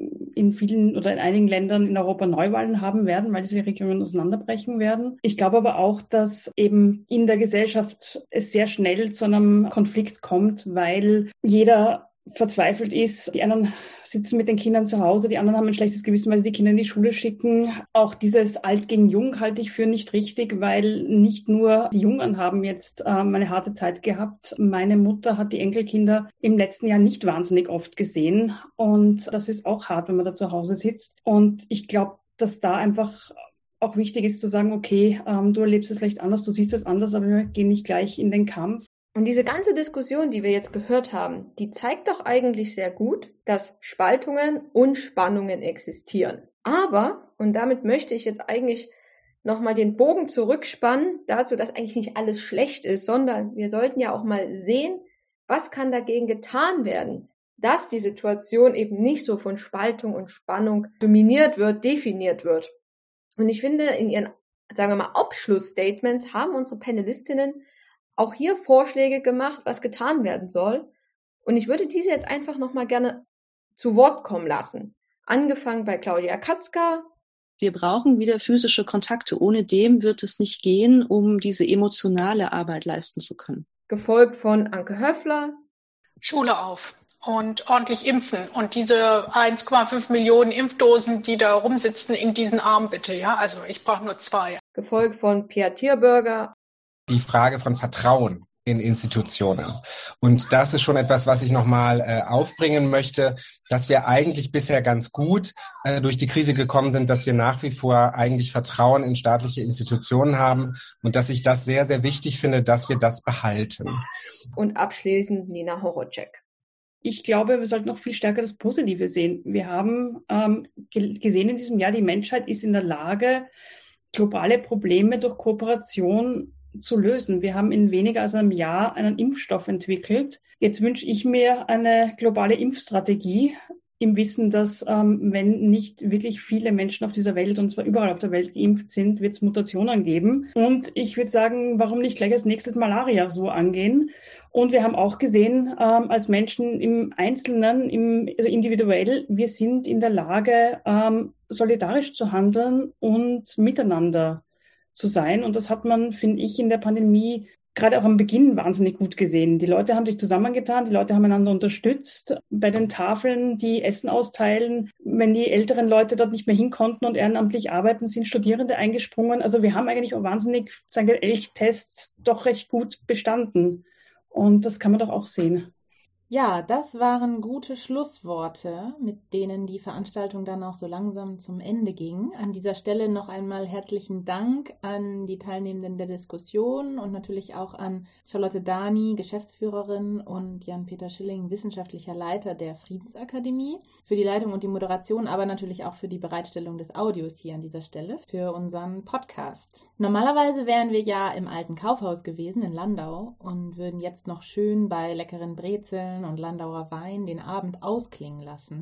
in vielen oder in einigen Ländern in Europa Neuwahlen haben werden, weil diese Regierungen auseinanderbrechen werden. Ich glaube aber auch, dass eben in der Gesellschaft es sehr schnell zu einem Konflikt kommt, weil jeder verzweifelt ist. Die einen sitzen mit den Kindern zu Hause, die anderen haben ein schlechtes Gewissen, weil sie die Kinder in die Schule schicken. Auch dieses Alt gegen Jung halte ich für nicht richtig, weil nicht nur die Jungen haben jetzt eine harte Zeit gehabt. Meine Mutter hat die Enkelkinder im letzten Jahr nicht wahnsinnig oft gesehen und das ist auch hart, wenn man da zu Hause sitzt. Und ich glaube, dass da einfach auch wichtig ist zu sagen, okay, du erlebst es vielleicht anders, du siehst es anders, aber wir gehen nicht gleich in den Kampf. Und diese ganze Diskussion, die wir jetzt gehört haben, die zeigt doch eigentlich sehr gut, dass Spaltungen und Spannungen existieren. Aber, und damit möchte ich jetzt eigentlich nochmal den Bogen zurückspannen dazu, dass eigentlich nicht alles schlecht ist, sondern wir sollten ja auch mal sehen, was kann dagegen getan werden, dass die Situation eben nicht so von Spaltung und Spannung dominiert wird, definiert wird. Und ich finde, in ihren, sagen wir mal, Abschlussstatements haben unsere Panelistinnen auch hier Vorschläge gemacht, was getan werden soll. Und ich würde diese jetzt einfach nochmal gerne zu Wort kommen lassen. Angefangen bei Claudia Katzka. Wir brauchen wieder physische Kontakte. Ohne dem wird es nicht gehen, um diese emotionale Arbeit leisten zu können. Gefolgt von Anke Höffler. Schule auf und ordentlich impfen. Und diese 1,5 Millionen Impfdosen, die da rumsitzen, in diesen Arm bitte. Ja, also ich brauche nur 2. Gefolgt von Pia Thierbürger. Die Frage von Vertrauen in Institutionen. Und das ist schon etwas, was ich nochmal aufbringen möchte, dass wir eigentlich bisher ganz gut durch die Krise gekommen sind, dass wir nach wie vor eigentlich Vertrauen in staatliche Institutionen haben und dass ich das sehr, sehr wichtig finde, dass wir das behalten. Und abschließend Nina Horacek. Ich glaube, wir sollten noch viel stärker das Positive sehen. Wir haben gesehen in diesem Jahr, die Menschheit ist in der Lage, globale Probleme durch Kooperation zu lösen. Wir haben in weniger als einem Jahr einen Impfstoff entwickelt. Jetzt wünsche ich mir eine globale Impfstrategie im Wissen, dass wenn nicht wirklich viele Menschen auf dieser Welt, und zwar überall auf der Welt geimpft sind, wird es Mutationen geben. Und ich würde sagen, warum nicht gleich als nächstes Malaria so angehen? Und wir haben auch gesehen, als Menschen im Einzelnen, also individuell, wir sind in der Lage, solidarisch zu handeln und miteinander zu sein. Und das hat man, finde ich, in der Pandemie gerade auch am Beginn wahnsinnig gut gesehen. Die Leute haben sich zusammengetan, die Leute haben einander unterstützt. Bei den Tafeln, die Essen austeilen, wenn die älteren Leute dort nicht mehr hin konnten und ehrenamtlich arbeiten, sind Studierende eingesprungen. Also wir haben eigentlich auch wahnsinnig, sagen wir, Elchttests doch recht gut bestanden. Und das kann man doch auch sehen. Ja, das waren gute Schlussworte, mit denen die Veranstaltung dann auch so langsam zum Ende ging. An dieser Stelle noch einmal herzlichen Dank an die Teilnehmenden der Diskussion und natürlich auch an Charlotte Dani, Geschäftsführerin, und Jan-Peter Schilling, wissenschaftlicher Leiter der Friedensakademie, für die Leitung und die Moderation, aber natürlich auch für die Bereitstellung des Audios hier an dieser Stelle für unseren Podcast. Normalerweise wären wir ja im alten Kaufhaus gewesen in Landau und würden jetzt noch schön bei leckeren Brezeln und Landauer Wein den Abend ausklingen lassen.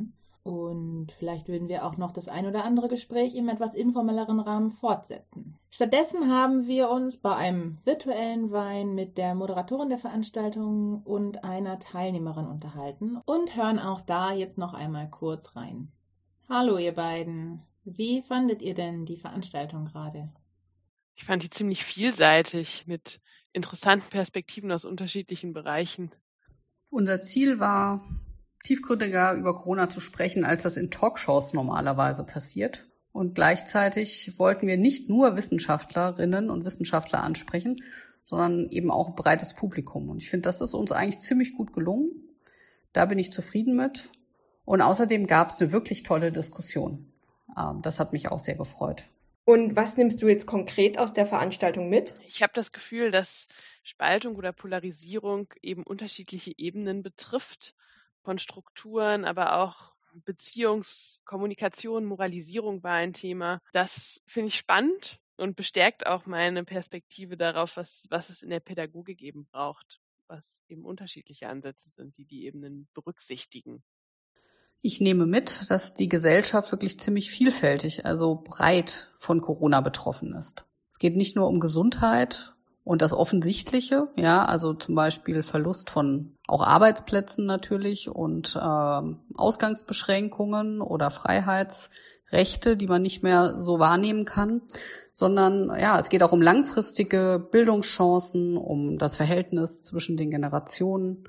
Und vielleicht würden wir auch noch das ein oder andere Gespräch im etwas informelleren Rahmen fortsetzen. Stattdessen haben wir uns bei einem virtuellen Wein mit der Moderatorin der Veranstaltung und einer Teilnehmerin unterhalten und hören auch da jetzt noch einmal kurz rein. Hallo ihr beiden, wie fandet ihr denn die Veranstaltung gerade? Ich fand die ziemlich vielseitig mit interessanten Perspektiven aus unterschiedlichen Bereichen. Unser Ziel war, tiefgründiger über Corona zu sprechen, als das in Talkshows normalerweise passiert. Und gleichzeitig wollten wir nicht nur Wissenschaftlerinnen und Wissenschaftler ansprechen, sondern eben auch ein breites Publikum. Und ich finde, das ist uns eigentlich ziemlich gut gelungen. Da bin ich zufrieden mit. Und außerdem gab es eine wirklich tolle Diskussion. Das hat mich auch sehr gefreut. Und was nimmst du jetzt konkret aus der Veranstaltung mit? Ich habe das Gefühl, dass Spaltung oder Polarisierung eben unterschiedliche Ebenen betrifft, von Strukturen, aber auch Kommunikation, Moralisierung war ein Thema. Das finde ich spannend und bestärkt auch meine Perspektive darauf, was es in der Pädagogik eben braucht, was eben unterschiedliche Ansätze sind, die Ebenen berücksichtigen. Ich nehme mit, dass die Gesellschaft wirklich ziemlich vielfältig, also breit von Corona betroffen ist. Es geht nicht nur um Gesundheit und das Offensichtliche, ja, also zum Beispiel Verlust von auch Arbeitsplätzen natürlich und Ausgangsbeschränkungen oder Freiheitsrechte, die man nicht mehr so wahrnehmen kann, sondern ja, es geht auch um langfristige Bildungschancen, um das Verhältnis zwischen den Generationen,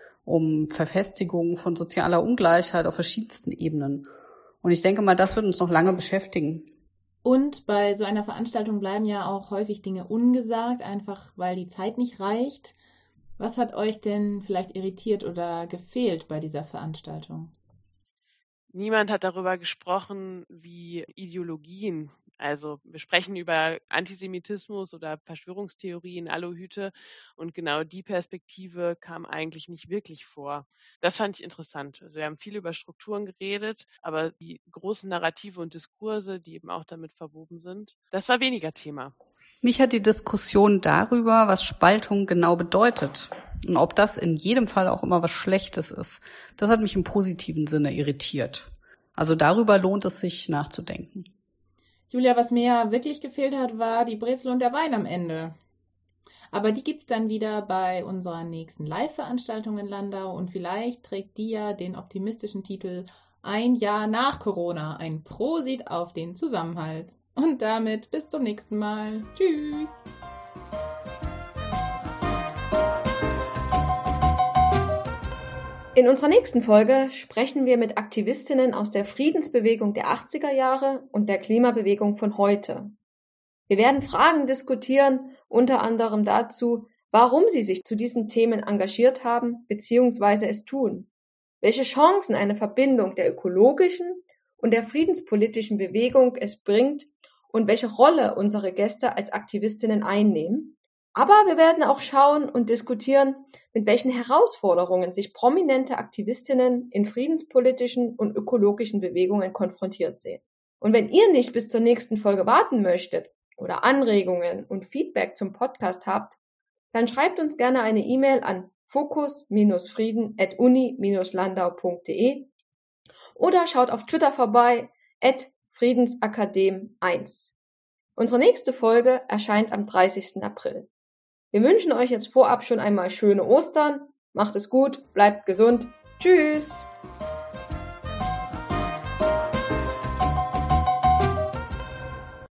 um Verfestigung von sozialer Ungleichheit auf verschiedensten Ebenen. Und ich denke mal, das wird uns noch lange beschäftigen. Und bei so einer Veranstaltung bleiben ja auch häufig Dinge ungesagt, einfach weil die Zeit nicht reicht. Was hat euch denn vielleicht irritiert oder gefehlt bei dieser Veranstaltung? Niemand hat darüber gesprochen, wie Ideologien, also wir sprechen über Antisemitismus oder Verschwörungstheorien, Aluhüte und genau die Perspektive kam eigentlich nicht wirklich vor. Das fand ich interessant. Also wir haben viel über Strukturen geredet, aber die großen Narrative und Diskurse, die eben auch damit verwoben sind, das war weniger Thema. Mich hat die Diskussion darüber, was Spaltung genau bedeutet und ob das in jedem Fall auch immer was Schlechtes ist, das hat mich im positiven Sinne irritiert. Also darüber lohnt es sich nachzudenken. Julia, was mir ja wirklich gefehlt hat, war die Brezel und der Wein am Ende. Aber die gibt's dann wieder bei unserer nächsten Live-Veranstaltung in Landau und vielleicht trägt die ja den optimistischen Titel Ein Jahr nach Corona, ein Prosit auf den Zusammenhalt. Und damit bis zum nächsten Mal. Tschüss! In unserer nächsten Folge sprechen wir mit Aktivistinnen aus der Friedensbewegung der 80er Jahre und der Klimabewegung von heute. Wir werden Fragen diskutieren, unter anderem dazu, warum sie sich zu diesen Themen engagiert haben bzw. es tun, welche Chancen eine Verbindung der ökologischen und der friedenspolitischen Bewegung es bringt und welche Rolle unsere Gäste als Aktivistinnen einnehmen. Aber wir werden auch schauen und diskutieren, mit welchen Herausforderungen sich prominente Aktivistinnen in friedenspolitischen und ökologischen Bewegungen konfrontiert sehen. Und wenn ihr nicht bis zur nächsten Folge warten möchtet oder Anregungen und Feedback zum Podcast habt, dann schreibt uns gerne eine E-Mail an fokus-frieden@uni-landau.de oder schaut auf Twitter vorbei @friedensakadem1. Unsere nächste Folge erscheint am 30. April. Wir wünschen euch jetzt vorab schon einmal schöne Ostern. Macht es gut, bleibt gesund. Tschüss!